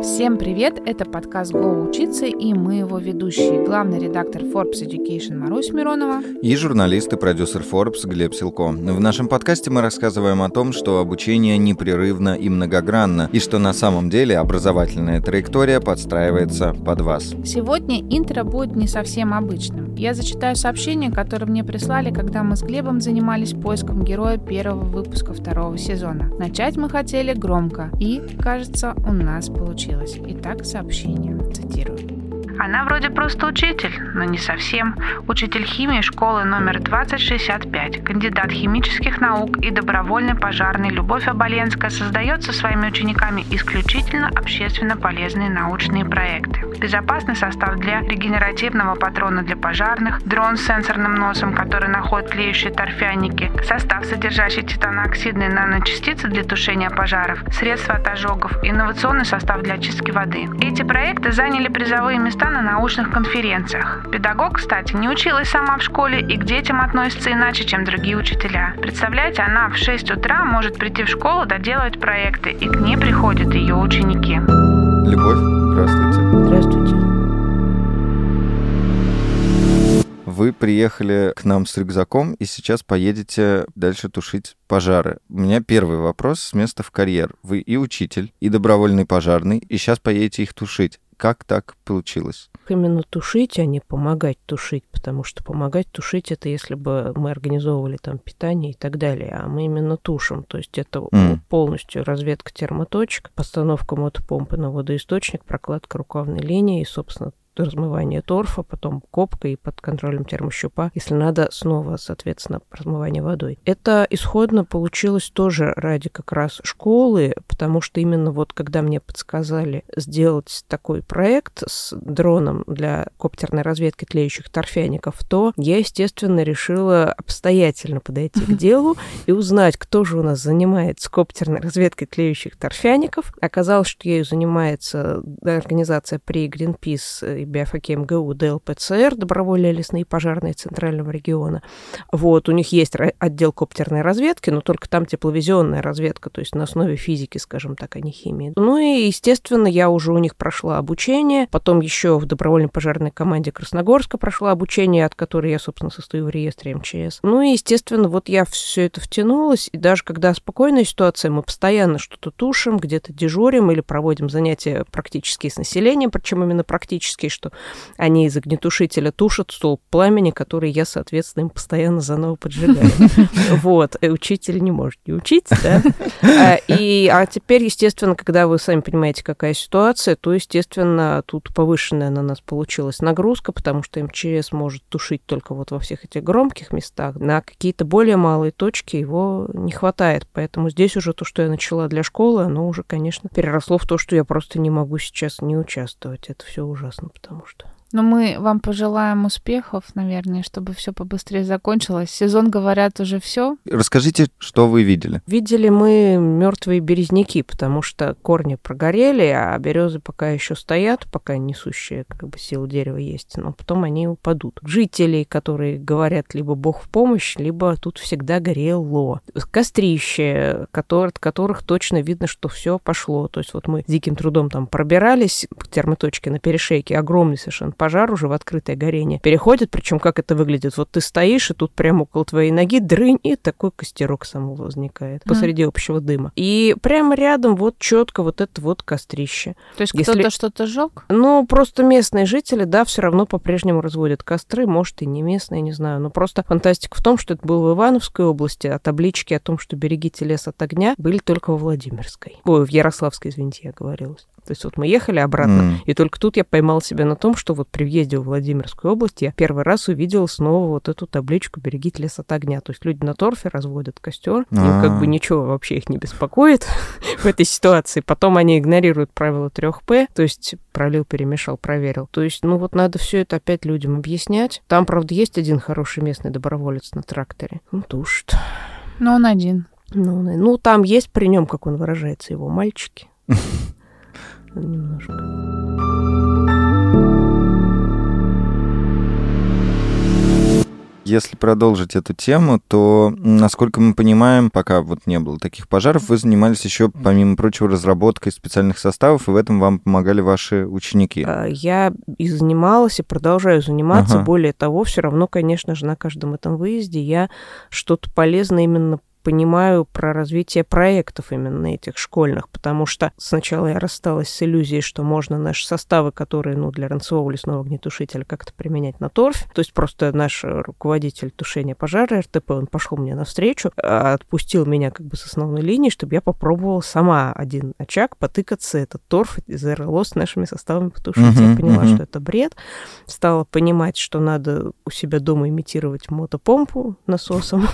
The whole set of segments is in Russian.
Всем привет! Это подкаст «Go учиться» и мы его ведущие. Главный редактор Forbes Education Марусь Миронова и журналист и продюсер Forbes Глеб Силко. В нашем подкасте мы рассказываем о том, что обучение непрерывно и многогранно, и что на самом деле образовательная траектория подстраивается под вас. Сегодня интро будет не совсем обычным. Я зачитаю сообщение, которое мне прислали, когда мы с Глебом занимались поиском героя первого выпуска второго сезона. Начать мы хотели громко, и, кажется, у нас получилось. Итак, сообщение. Цитирую. Она вроде просто учитель, но не совсем. Учитель химии школы номер 2065, кандидат химических наук и добровольный пожарный Любовь Оболенская создает со своими учениками исключительно общественно полезные научные проекты. Безопасный состав для регенеративного патрона для пожарных, дрон с сенсорным носом, который находит тлеющие торфяники, состав, содержащий титанооксидные наночастицы для тушения пожаров, средства от ожогов, инновационный состав для очистки воды. Эти проекты заняли призовые места на научных конференциях. Педагог, кстати, не училась сама в школе и к детям относится иначе, чем другие учителя. Представляете, она в 6 утра может прийти в школу, доделывать проекты, и к ней приходят ее ученики. Любовь, здравствуйте. Здравствуйте. Вы приехали к нам с рюкзаком и сейчас поедете дальше тушить пожары. У меня первый вопрос с места в карьер. Вы и учитель, и добровольный пожарный, и сейчас поедете их тушить. Как так получилось? Именно тушить, а не помогать тушить, потому что помогать тушить — это если бы мы организовывали там питание и так далее, а мы именно тушим, то есть это полностью разведка термоточек, постановка мотопомпы на водоисточник, прокладка рукавной линии и, собственно, размывание торфа, потом копка и под контролем термощупа, если надо, снова, соответственно, размывание водой. Это исходно получилось тоже ради как раз школы, потому что именно вот когда мне подсказали сделать такой проект с дроном для коптерной разведки тлеющих торфяников, то я, естественно, решила обстоятельно подойти к делу и узнать, кто же у нас занимается коптерной разведкой тлеющих торфяников. Оказалось, что ею занимается организация при Greenpeace, биофаке МГУ, ДЛПЦР, добровольные лесные пожарные Центрального региона. Вот, у них есть отдел коптерной разведки, но только там тепловизионная разведка, то есть на основе физики, скажем так, а не химии. Ну и, естественно, я уже у них прошла обучение, потом еще в добровольной пожарной команде Красногорска прошла обучение, от которой я, собственно, состою в реестре МЧС. Ну и, естественно, вот я все это втянулась, и даже когда спокойная ситуация, мы постоянно что-то тушим, где-то дежурим или проводим занятия практически с населением, причем именно практически, что они из огнетушителя тушат столб пламени, который я, соответственно, им постоянно заново поджигаю. Вот. И учитель не может не учить, да? А теперь, естественно, когда вы сами понимаете, какая ситуация, то, естественно, тут повышенная на нас получилась нагрузка, потому что МЧС может тушить только вот во всех этих громких местах. На какие-то более малые точки его не хватает. Поэтому здесь уже то, что я начала для школы, оно уже, конечно, переросло в то, что я просто не могу сейчас не участвовать. Это все ужасно, потому что... Но мы вам пожелаем успехов, наверное, чтобы все побыстрее закончилось. Сезон, говорят, уже все. Расскажите, что вы видели? Видели мы мертвые березняки, потому что корни прогорели, а березы пока еще стоят, пока несущие как бы силу дерева есть, но потом они упадут. Жителей, которые говорят либо Бог в помощь, либо тут всегда горело. Кострище, от которых точно видно, что все пошло. То есть вот мы с диким трудом там пробирались к термоточке на перешейке, огромный совершенно пожар уже в открытое горение переходит, причем как это выглядит? Вот ты стоишь, и тут прямо около твоей ноги дрынь, и такой костерок сам возникает посреди общего дыма. И прямо рядом вот четко вот это вот кострище. То есть кто-то что-то сжег? Ну, просто местные жители, да, все равно по-прежнему разводят костры, может, и не местные, не знаю. Но просто фантастика в том, что это было в Ивановской области, а таблички о том, что берегите лес от огня, были только во Владимирской. Ой, в Ярославской, извините, я оговорилась. То есть вот мы ехали обратно, и только тут я поймала себя на том, что вот при въезде в Владимирскую область я первый раз увидела снова вот эту табличку «Берегите лес от огня». То есть люди на торфе разводят костер, им как бы ничего вообще их не беспокоит в этой ситуации. Потом они игнорируют правила 3П, то есть пролил, перемешал, проверил. То есть, ну вот надо все это опять людям объяснять. Там, правда, есть один хороший местный доброволец на тракторе. Он тушит. Но он один. Ну, там есть при нем, как он выражается, его мальчики. Немножко. Если продолжить эту тему, то, насколько мы понимаем, пока вот не было таких пожаров, вы занимались еще, помимо прочего, разработкой специальных составов, и в этом вам помогали ваши ученики. Я и занималась, и продолжаю заниматься. Более того, все равно, конечно же, на каждом этом выезде я что-то полезное именно понимаю про развитие проектов именно этих школьных, потому что сначала я рассталась с иллюзией, что можно наши составы, которые, для ранцевого лесного огнетушителя как-то применять на торфе. То есть просто наш руководитель тушения пожара РТП, он пошел мне навстречу, отпустил меня как бы с основной линии, чтобы я попробовала сама один очаг потыкаться, этот торф из РЛО с нашими составами потушить. Я поняла, что это бред. Стала понимать, что надо у себя дома имитировать мотопомпу насосом.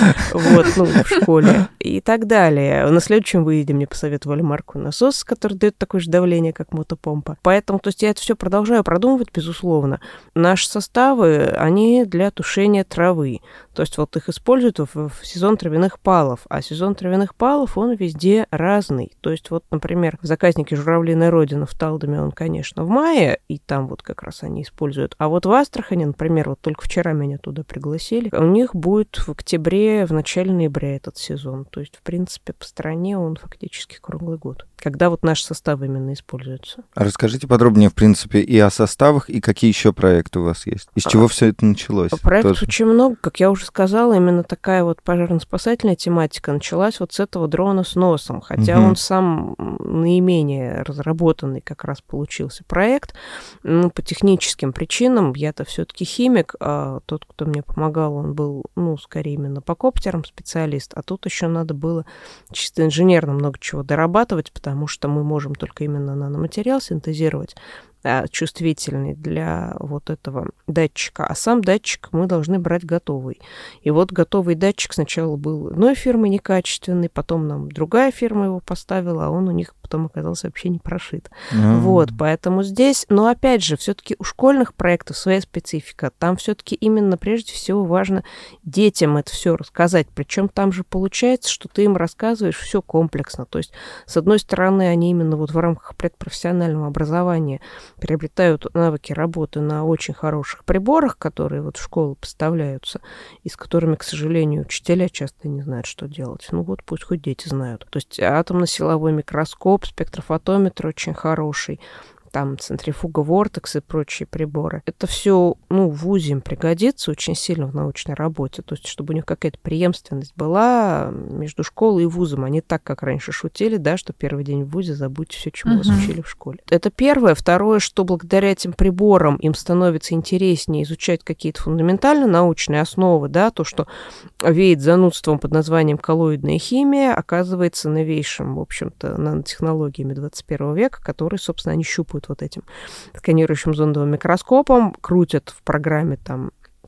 В школе и так далее. На следующем выезде мне посоветовали марку насос, который дает такое же давление, как мотопомпа. Поэтому, то есть я это все продолжаю продумывать, безусловно. Наши составы, они для тушения травы. То есть вот их используют в сезон травяных палов. А сезон травяных палов, он везде разный. То есть вот, например, в заказнике «Журавлиная родина» в Талдоме он, конечно, в мае, и там вот как раз они используют. А вот в Астрахани, например, вот только вчера меня туда пригласили, у них будет в октябре, в начале ноября этот сезон. То есть, в принципе, по стране он фактически круглый год. Когда вот наши составы именно используются. А расскажите подробнее, в принципе, и о составах, и какие еще проекты у вас есть? Из чего все это началось? Проектов очень много. Как я уже сказала, именно такая вот пожарно-спасательная тематика началась вот с этого дрона с носом. Хотя он сам наименее разработанный как раз получился проект. По техническим причинам, я-то все-таки химик, а тот, кто мне помогал, он был, скорее именно по коптерам специалист, а тут еще надо было чисто инженерно много чего дорабатывать, потому что мы можем только именно наноматериал синтезировать, чувствительный для вот этого датчика, а сам датчик мы должны брать готовый. И вот готовый датчик сначала был одной фирмы некачественный, потом нам другая фирма его поставила, а он у них потом оказался вообще не прошит. Вот, поэтому здесь, но опять же, все-таки у школьных проектов своя специфика. Там все-таки именно прежде всего важно детям это все рассказать. Причем там же получается, что ты им рассказываешь все комплексно. То есть, с одной стороны, они именно вот в рамках предпрофессионального образования приобретают навыки работы на очень хороших приборах, которые вот в школу поставляются, и с которыми, к сожалению, учителя часто не знают, что делать. Пусть хоть дети знают. То есть атомно-силовой микроскоп, спектрофотометр очень хороший, там центрифуга Вортекс и прочие приборы. Это все, в вузе им пригодится очень сильно в научной работе. То есть, чтобы у них какая-то преемственность была между школой и вузом, а не так, как раньше шутили, да, что первый день в вузе забудьте все, чему вас учили в школе. Это первое. Второе, что благодаря этим приборам им становится интереснее изучать какие-то фундаментально научные основы, да, то, что веет занудством под названием коллоидная химия, оказывается новейшим, в общем-то, нанотехнологиями 21 века, которые, собственно, они щупают вот этим сканирующим зондовым микроскопом, крутят в программе там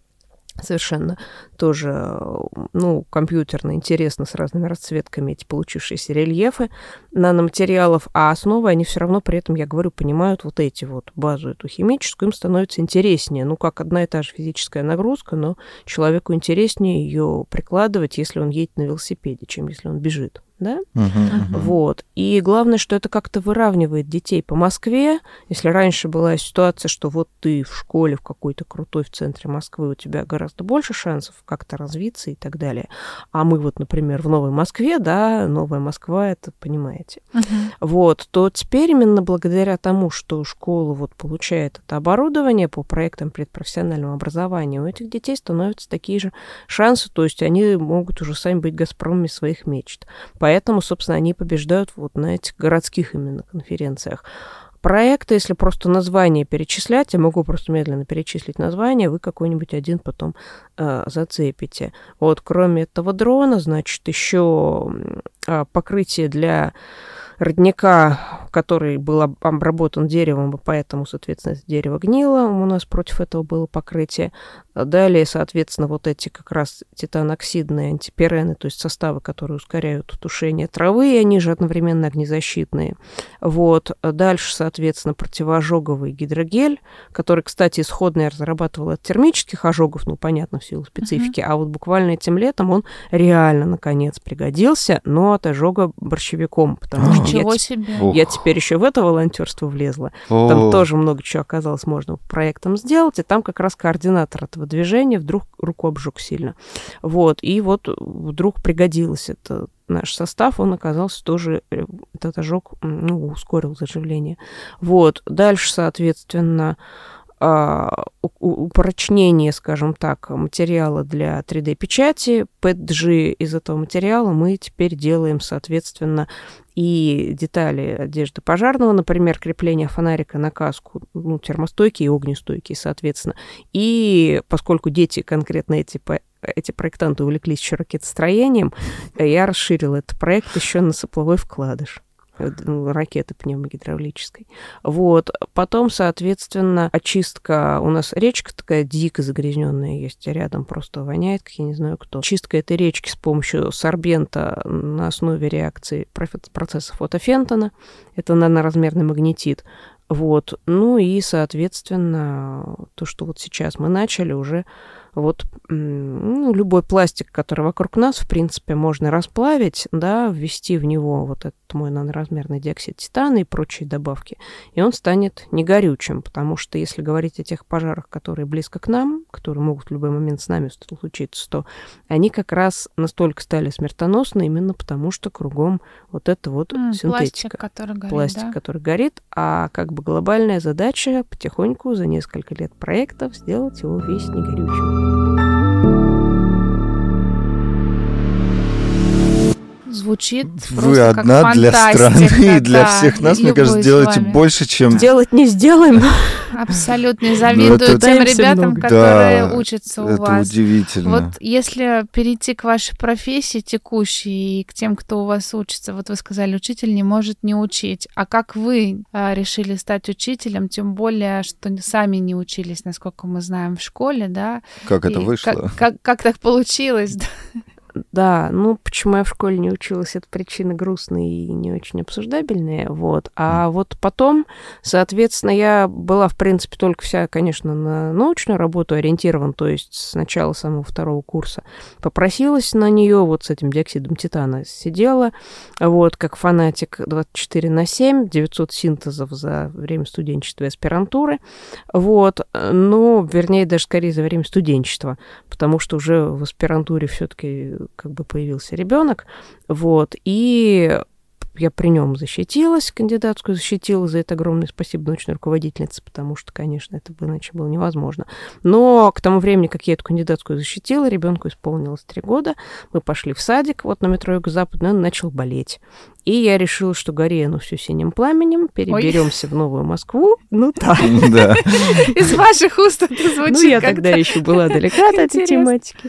совершенно тоже, компьютерно интересно с разными расцветками эти получившиеся рельефы наноматериалов, а основы они все равно при этом, я говорю, понимают вот эти вот базу эту химическую, им становится интереснее. Как одна и та же физическая нагрузка, но человеку интереснее ее прикладывать, если он едет на велосипеде, чем если он бежит. Да? Вот. И главное, что это как-то выравнивает детей по Москве. Если раньше была ситуация, что вот ты в школе в какой-то крутой в центре Москвы, у тебя гораздо больше шансов как-то развиться и так далее. А мы вот, например, в Новой Москве, да, Новая Москва, это понимаете. Вот. То теперь именно благодаря тому, что школа вот получает это оборудование по проектам предпрофессионального образования, у этих детей становятся такие же шансы, то есть они могут уже сами быть «Газпромами» своих мечт. Поэтому, собственно, они побеждают вот на этих городских именно конференциях. Проекты, если просто название перечислять, я могу просто медленно перечислить название, вы какой-нибудь один потом зацепите. Вот, кроме этого дрона, значит, еще покрытие для родника, который был обработан деревом, и поэтому, соответственно, дерево гнило. У нас против этого было покрытие. Далее, соответственно, вот эти как раз титаноксидные антипирены, то есть составы, которые ускоряют тушение травы, и они же одновременно огнезащитные. Вот. Дальше, соответственно, противоожоговый гидрогель, который, кстати, исходно я разрабатывала от термических ожогов, понятно, в силу специфики, а вот буквально этим летом он реально, наконец, пригодился, но от ожога борщевиком, потому что я теперь еще в это волонтерство влезла. Там тоже много чего оказалось можно проектом сделать, и там как раз координатор этого движения вдруг руку обжег сильно. Вот, и вот вдруг пригодилось это. Наш состав, он оказался тоже, этот ожог, ускорил заживление. Вот, дальше, соответственно, упрочнение, скажем так, материала для 3D-печати. PETG из этого материала мы теперь делаем, соответственно, и детали одежды пожарного, например, крепление фонарика на каску, термостойкие и огнестойкие, соответственно. И поскольку дети, конкретно эти проектанты, увлеклись еще ракетостроением, я расширила этот проект еще на сопловой вкладыш ракеты пневмогидравлической. Вот. Потом, соответственно, очистка. У нас речка такая дико загрязненная есть, рядом просто воняет, как я не знаю кто. Чистка этой речки с помощью сорбента на основе реакции процесса фотофентона. Это наноразмерный магнетит. Вот. Ну и, соответственно, то, что вот сейчас мы начали уже вот любой пластик, который вокруг нас, в принципе, можно расплавить, да, ввести в него вот этот мой наноразмерный диоксид титана и прочие добавки, и он станет негорючим, потому что если говорить о тех пожарах, которые близко к нам, которые могут в любой момент с нами случиться, то они как раз настолько стали смертоносны именно потому, что кругом вот это вот синтетика. Пластик, который горит, а как бы глобальная задача потихоньку за несколько лет проектов сделать его весь негорючим. Звучит Вы просто одна как для фантастика, страны и для всех нас, мне кажется, делаете больше, чем... Делать не сделаем. Абсолютно завидую тем ребятам, которые учатся у вас. Это удивительно. Вот если перейти к вашей профессии текущей и к тем, кто у вас учится, вот вы сказали, учитель не может не учить. А как вы решили стать учителем, тем более, что сами не учились, насколько мы знаем, в школе, да? Как это вышло? Как так получилось, да? Да, почему я в школе не училась, это причины грустные и не очень обсуждабельные, вот. А вот потом, соответственно, я была, в принципе, только вся, конечно, на научную работу ориентирован, то есть с начала самого 2 курса. Попросилась на нее вот с этим диоксидом титана, сидела, вот, как фанатик 24/7, 900 синтезов за время студенчества и аспирантуры, вот, вернее, даже скорее за время студенчества, потому что уже в аспирантуре все-таки как бы появился ребенок, вот, и я при нем защитилась, кандидатскую защитила, за это огромное спасибо научной руководительнице, потому что, конечно, это бы иначе было невозможно. Но к тому времени, как я эту кандидатскую защитила, ребенку исполнилось 3 года, мы пошли в садик, вот на метро Юго-Западный, он начал болеть. И я решила, что гори оно все синим пламенем, переберемся в Новую Москву. Да. Из ваших уст это звучит. Я тогда еще была далека от этой тематики.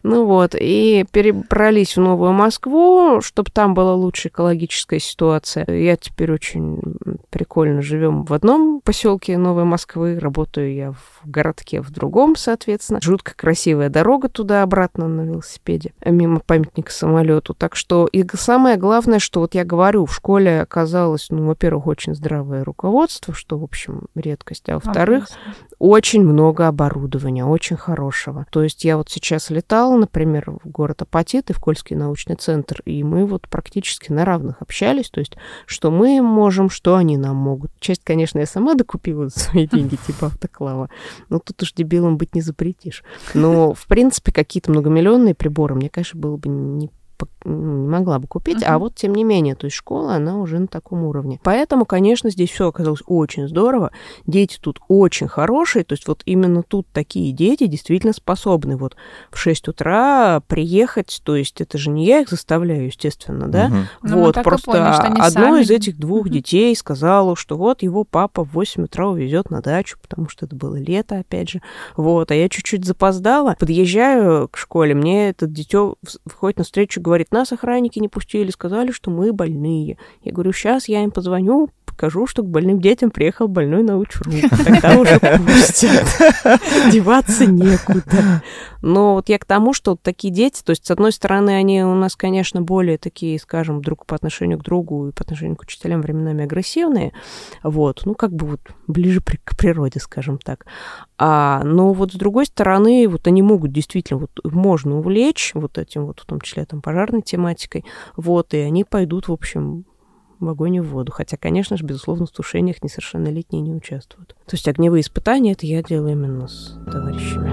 И перебрались в Новую Москву, чтобы там была лучшая экологическая ситуация. Я теперь очень прикольно живем в одном поселке Новой Москвы, работаю я в городке в другом, соответственно. Жутко красивая дорога туда-обратно на велосипеде, мимо памятника самолету. Так что, и самое главное, что вот я говорю, в школе оказалось, во-первых, очень здравое руководство, что, в общем, редкость, а во-вторых, очень много оборудования, очень хорошего. То есть я вот сейчас летала, например, в город Апатит и в Кольский научный центр, и мы вот практически на равных общались, то есть что мы им можем, что они нам могут. Часть, конечно, я сама докупила за свои деньги, типа автоклава, но тут уж дебилом быть не запретишь. Но, в принципе, какие-то многомиллионные приборы мне, конечно, было бы не могла бы купить, а вот тем не менее, то есть школа, она уже на таком уровне. Поэтому, конечно, здесь все оказалось очень здорово, дети тут очень хорошие, то есть вот именно тут такие дети действительно способны вот в 6 утра приехать, то есть это же не я их заставляю, естественно, да, вот, просто одно из этих 2 детей сказала, что вот его папа в 8 утра увезет на дачу, потому что это было лето, опять же, вот, а я чуть-чуть запоздала, подъезжаю к школе, мне этот дитё выходит навстречу, говорит, нас охранники не пустили, сказали, что мы больные. Я говорю, сейчас я им позвоню, покажу, что к больным детям приехал больной научру. Тогда уже пустят. Деваться некуда. Но вот я к тому, что вот такие дети, то есть, с одной стороны, они у нас, конечно, более такие, скажем, друг по отношению к другу и по отношению к учителям временами агрессивные, вот, как бы вот ближе к природе, скажем так. Но вот с другой стороны, вот они могут действительно, вот можно увлечь вот этим вот, в том числе там пожарной тематикой, вот, и они пойдут, в общем, в огонь и в воду. Хотя, конечно же, безусловно, в тушениях несовершеннолетние не участвуют. То есть огневые испытания это я делаю именно с товарищами.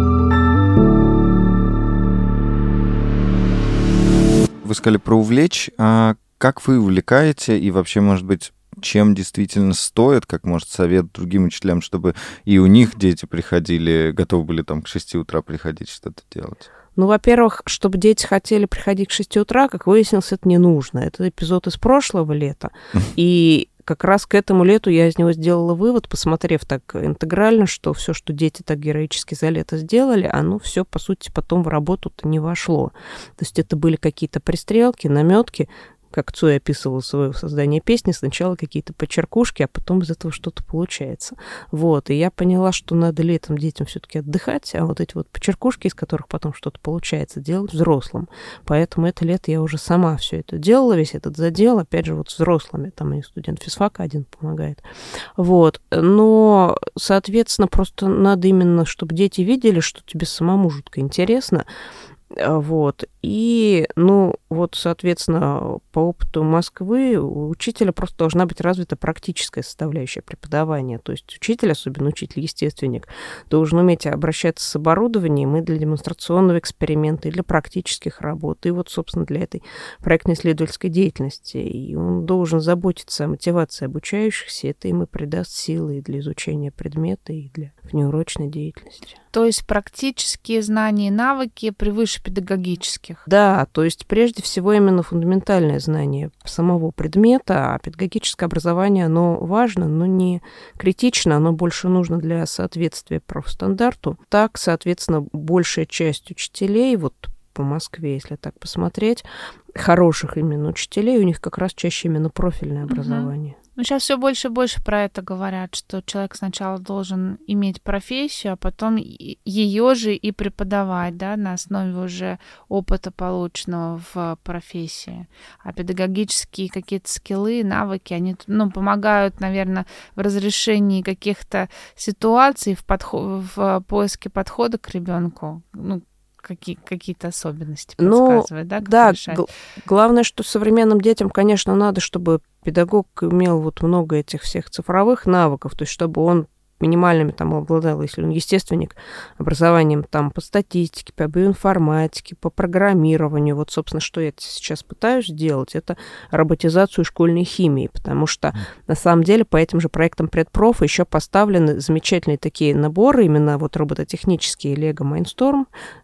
Вы сказали про увлечь. А как вы увлекаете и вообще, может быть, чем действительно стоит, как, может, совет другим учителям, чтобы и у них дети приходили, готовы были там к 6 утра приходить что-то делать? Ну, во-первых, чтобы дети хотели приходить к 6 утра, как выяснилось, это не нужно. Это эпизод из прошлого лета. И как раз к этому лету я из него сделала вывод, посмотрев так интегрально, что все, что дети так героически за лето сделали, оно все, по сути, потом в работу-то не вошло. То есть это были какие-то пристрелки, намётки, как Цой описывал свое создание песни, сначала какие-то почеркушки, а потом из этого что-то получается. Вот, и я поняла, что надо летом детям все-таки отдыхать, а вот эти вот почеркушки, из которых потом что-то получается, делать взрослым. Поэтому это лето я уже сама все это делала, весь этот задел, опять же, вот с взрослыми, там и студент физфака один помогает. Вот, но, соответственно, просто надо именно, чтобы дети видели, что тебе самому жутко интересно. Вот. И, ну, вот, соответственно, по опыту Москвы у учителя просто должна быть развита практическая составляющая преподавания. То есть учитель, особенно учитель-естественник, должен уметь обращаться с оборудованием и для демонстрационного эксперимента, и для практических работ, и вот, собственно, для этой проектно-исследовательской деятельности. И он должен заботиться о мотивации обучающихся, это им и придаст силы и для изучения предмета, и для внеурочной деятельности. То есть практические знания и навыки превыше педагогических. Да, то есть прежде всего именно фундаментальное знание самого предмета, а педагогическое образование, оно важно, но не критично, оно больше нужно для соответствия профстандарту. Так, соответственно, большая часть учителей, вот по Москве, если так посмотреть, хороших именно учителей, у них как раз чаще именно профильное образование. Ну, сейчас все больше и больше про это говорят, что человек сначала должен иметь профессию, а потом ее же и преподавать, да, на основе уже опыта, полученного в профессии. А педагогические какие-то скиллы, навыки, они, ну, помогают, наверное, в разрешении каких-то ситуаций, в поиске подхода к ребенку, ну, какие-то особенности подсказывает, да? Да, главное, что современным детям, конечно, надо, чтобы педагог имел вот много этих всех цифровых навыков, то есть чтобы он минимальными там обладал, если он естественник, образованием там по статистике, по биоинформатике, по программированию. Вот, собственно, что я сейчас пытаюсь сделать, это роботизацию школьной химии, потому что на самом деле по этим же проектам предпрофа еще поставлены замечательные такие наборы, именно вот робототехнические Lego Mindstorm,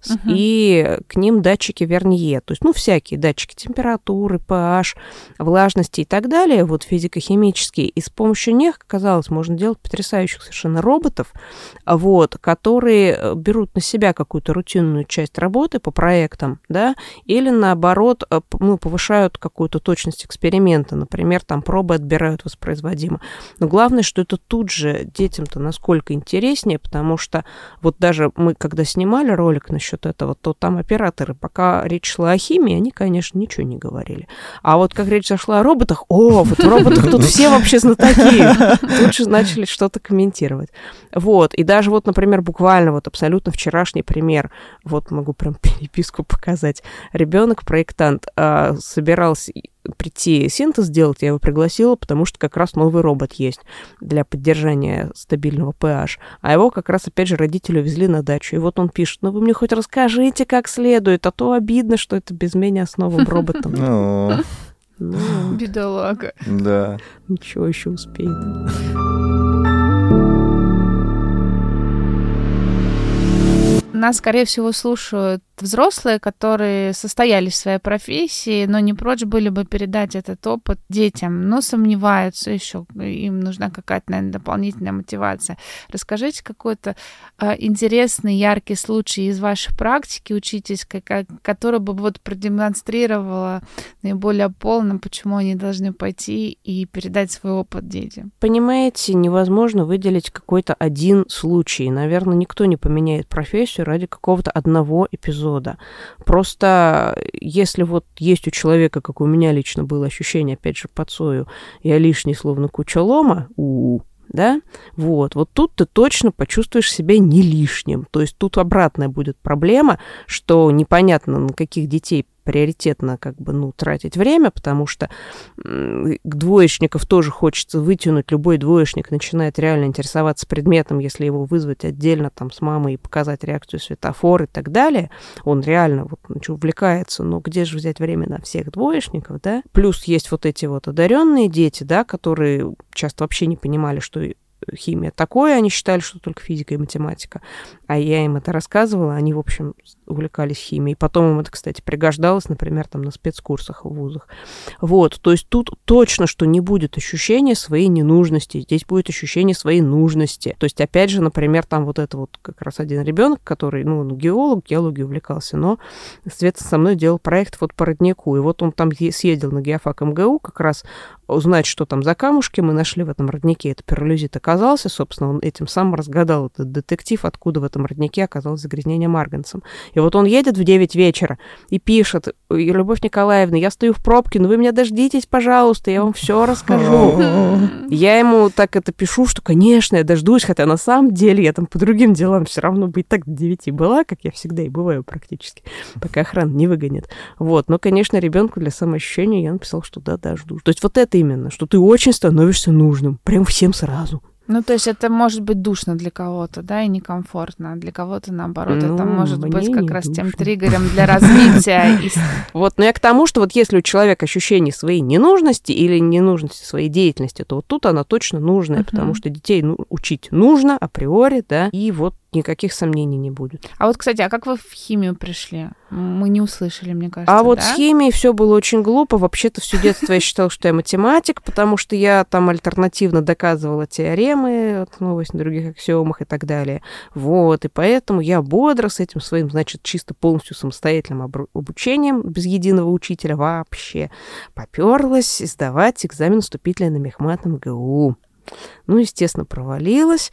и к ним датчики Вернье, то есть, ну, всякие датчики температуры, pH, влажности и так далее, вот физико-химические, и с помощью них, казалось, можно делать потрясающих совершенно роботов, вот, которые берут на себя какую-то рутинную часть работы по проектам, да, или наоборот, ну, повышают какую-то точность эксперимента, например, там пробы отбирают воспроизводимо. Но главное, что это тут же детям-то насколько интереснее, потому что вот даже мы, когда снимали ролик насчет этого, то там операторы, пока речь шла о химии, они, конечно, ничего не говорили. А вот как речь зашла о роботах, вот в роботах тут все вообще знатоки. Тут же начали что-то комментировать. Вот, и даже вот, например, буквально вот абсолютно вчерашний пример, вот могу прям переписку показать. Ребенок-проектант собирался прийти синтез делать, я его пригласила, потому что как раз новый робот есть для поддержания стабильного pH. А его как раз, опять же, родители увезли на дачу. И вот он пишет, ну вы мне хоть расскажите, как следует, а то обидно, что это без меня с новым роботом. Бедолага. Да. Ничего, еще успеет. Нас, скорее всего, слушают взрослые, которые состоялись в своей профессии, но не прочь были бы передать этот опыт детям, но сомневаются еще, им нужна какая-то, наверное, дополнительная мотивация. Расскажите какой-то интересный, яркий случай из вашей практики учительской, который бы вот продемонстрировала наиболее полно, почему они должны пойти и передать свой опыт детям. Понимаете, невозможно выделить какой-то один случай. Наверное, никто не поменяет профессию ради какого-то одного эпизода. Просто если вот есть у человека, как у меня лично было ощущение, опять же, по Цою, я лишний, словно куча лома, да, вот тут ты точно почувствуешь себя не лишним. То есть тут обратная будет проблема, что непонятно, на каких детей приоритетно тратить время, потому что двоечников тоже хочется вытянуть. Любой двоечник начинает реально интересоваться предметом, если его вызвать отдельно там с мамой и показать реакцию светофор и так далее. Он реально увлекается. Но где же взять время на всех двоечников, да? Плюс есть эти одаренные дети, да, которые часто вообще не понимали, что химия такое, они считали, что только физика и математика. А я им это рассказывала, они, в общем, увлекались химией. Потом им это, кстати, пригождалось, например, там на спецкурсах в вузах. То есть тут точно, что не будет ощущения своей ненужности, здесь будет ощущение своей нужности. То есть, опять же, например, там как раз один ребенок, который, геолог, геологией увлекался, но, соответственно, со мной делал проект по роднику. И он там съездил на геофак МГУ как раз узнать, что там за камушки мы нашли в этом роднике. Это пиролизит оказался, собственно, он этим самым разгадал этот детектив, откуда в этом роднике оказалось загрязнение марганцем. И он едет в 9 вечера и пишет: Любовь Николаевна, я стою в пробке, но вы меня дождитесь, пожалуйста, я вам все расскажу. Я ему так это пишу, что, конечно, я дождусь, хотя на самом деле я там по другим делам все равно бы и так до 9 была, как я всегда и бываю практически, пока охрана не выгонит. Но, конечно, ребенку для самоощущения я написала, что да, жду. То есть это именно, что ты очень становишься нужным, прям всем сразу. То есть это может быть душно для кого-то, да, и некомфортно, а для кого-то, наоборот, это может быть как раз тем триггером для развития. Но я к тому, что если у человека ощущение своей ненужности или ненужности своей деятельности, то тут она точно нужная, потому что детей учить нужно априори, да, и никаких сомнений не будет. Кстати, как вы в химию пришли? Мы не услышали, мне кажется, да? С химией все было очень глупо. Вообще-то все детство я считала, что я математик, потому что я там альтернативно доказывала теоремы, основываясь на других аксиомах и так далее. И поэтому я бодро с этим своим, чисто полностью самостоятельным обучением, без единого учителя вообще, попёрлась сдавать экзамен вступительный на мехмат МГУ. Естественно, провалилась.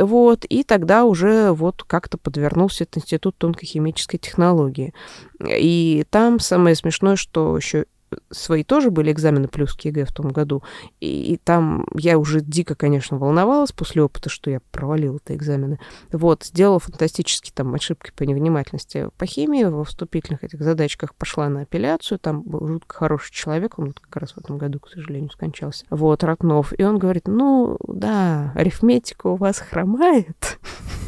И тогда уже как-то подвернулся этот институт тонкохимической технологии. И там самое смешное, что еще свои тоже были экзамены плюс к ЕГЭ в том году. И там я уже дико, конечно, волновалась после опыта, что я провалила эти экзамены. Сделала фантастические там ошибки по невнимательности по химии. Во вступительных этих задачках пошла на апелляцию. Там был жутко хороший человек, он как раз в этом году, к сожалению, скончался. Ратнов. И он говорит: да, арифметика у вас хромает,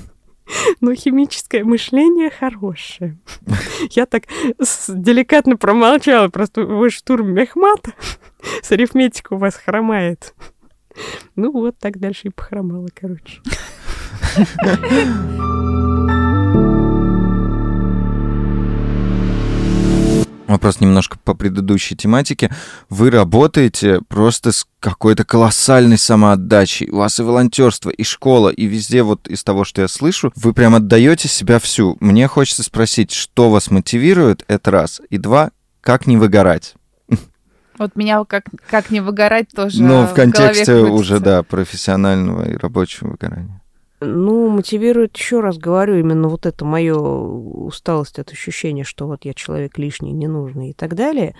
но химическое мышление хорошее. Я так деликатно промолчала, просто вы штурм мехмата, с арифметикой у вас хромает. Так дальше и похромала, короче. Вопрос немножко по предыдущей тематике. Вы работаете просто с какой-то колоссальной самоотдачей. У вас и волонтерство, и школа, и везде из того, что я слышу, вы прям отдаете себя всю. Мне хочется спросить, что вас мотивирует, это раз. И два, как не выгорать? Меня как не выгорать тоже в контексте уже, да, профессионального и рабочего выгорания. Мотивирует, еще раз говорю, именно это мое усталость от ощущения, что я человек лишний, ненужный и так далее.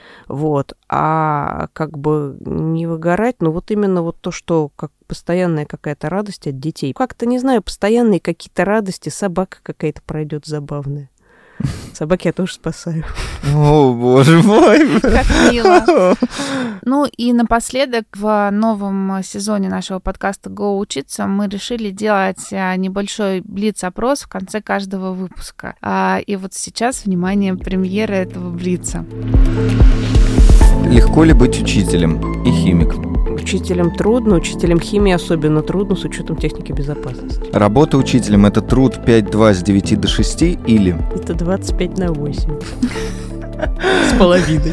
А не выгорать, именно то, что как постоянная какая-то радость от детей. Как-то, не знаю, постоянные какие-то радости, собака какая-то пройдет забавная. Собаки я тоже спасаю. О, боже мой! Как мило. И напоследок, в новом сезоне нашего подкаста «Го учиться» мы решили делать небольшой блиц-опрос в конце каждого выпуска. И сейчас, внимание, премьера этого блица. Легко ли быть учителем и химиком? Учителем трудно, учителем химии особенно трудно с учетом техники безопасности. Работа учителем — это труд 5-2 с 9 до 6 или... Это 25/8. С половиной.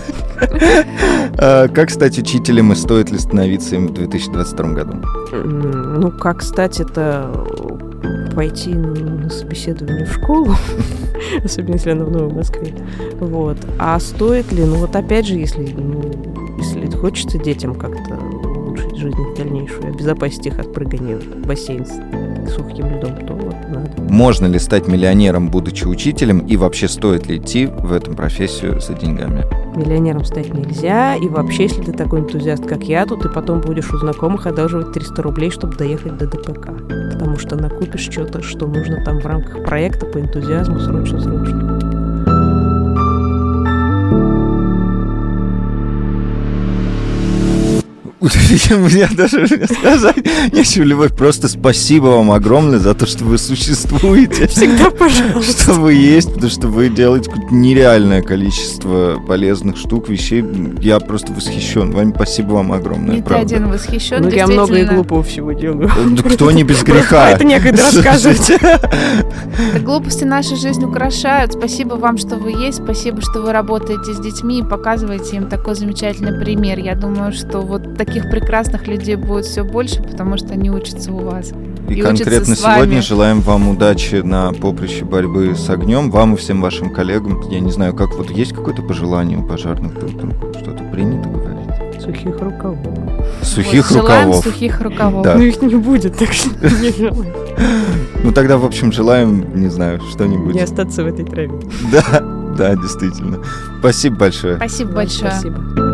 Как стать учителем и стоит ли становиться им в 2022 году? Как стать, это пойти на собеседование в школу, особенно если она в Новой Москве. А стоит ли? опять же, если хочется детям как-то улучшить жизнь в дальнейшую, обезопасить их от прыгания в бассейн с сухим льдом, то надо. Можно ли стать миллионером, будучи учителем, и вообще стоит ли идти в эту профессию за деньгами? Миллионером стать нельзя, и вообще, если ты такой энтузиаст, как я, то ты потом будешь у знакомых одалживать 300 рублей, чтобы доехать до ДПК, потому что накупишь что-то, что нужно там в рамках проекта по энтузиазму срочно. Мне даже сказать нечего, Любовь. Просто спасибо вам огромное за то, что вы существуете. Всегда пожалуйста. Что вы есть, потому что вы делаете нереальное количество полезных штук, вещей. Я просто восхищен. Вами спасибо вам огромное. Не ты один восхищен. Ну, я много и глупого всего делаю. Кто не без греха. Это некогда расскажете. Глупости нашу жизнь украшают. Спасибо вам, что вы есть. Спасибо, что вы работаете с детьми и показываете им такой замечательный пример. Я думаю, что вот таких прекрасных людей будет все больше, потому что они учатся у вас. И конкретно сегодня желаем вам удачи на поприще борьбы с огнем, вам и всем вашим коллегам. Я не знаю, как вот есть какое-то пожелание у пожарных друг другу? Что-то принято говорить? Сухих рукавов. Сухих вот, рукавов. Желаем сухих рукавов. Да. Ну их не будет, так что не желаем. Ну тогда, в общем, желаем, не знаю, что-нибудь. Не остаться в этой траве. Да, действительно. Спасибо большое. Спасибо большое. Спасибо.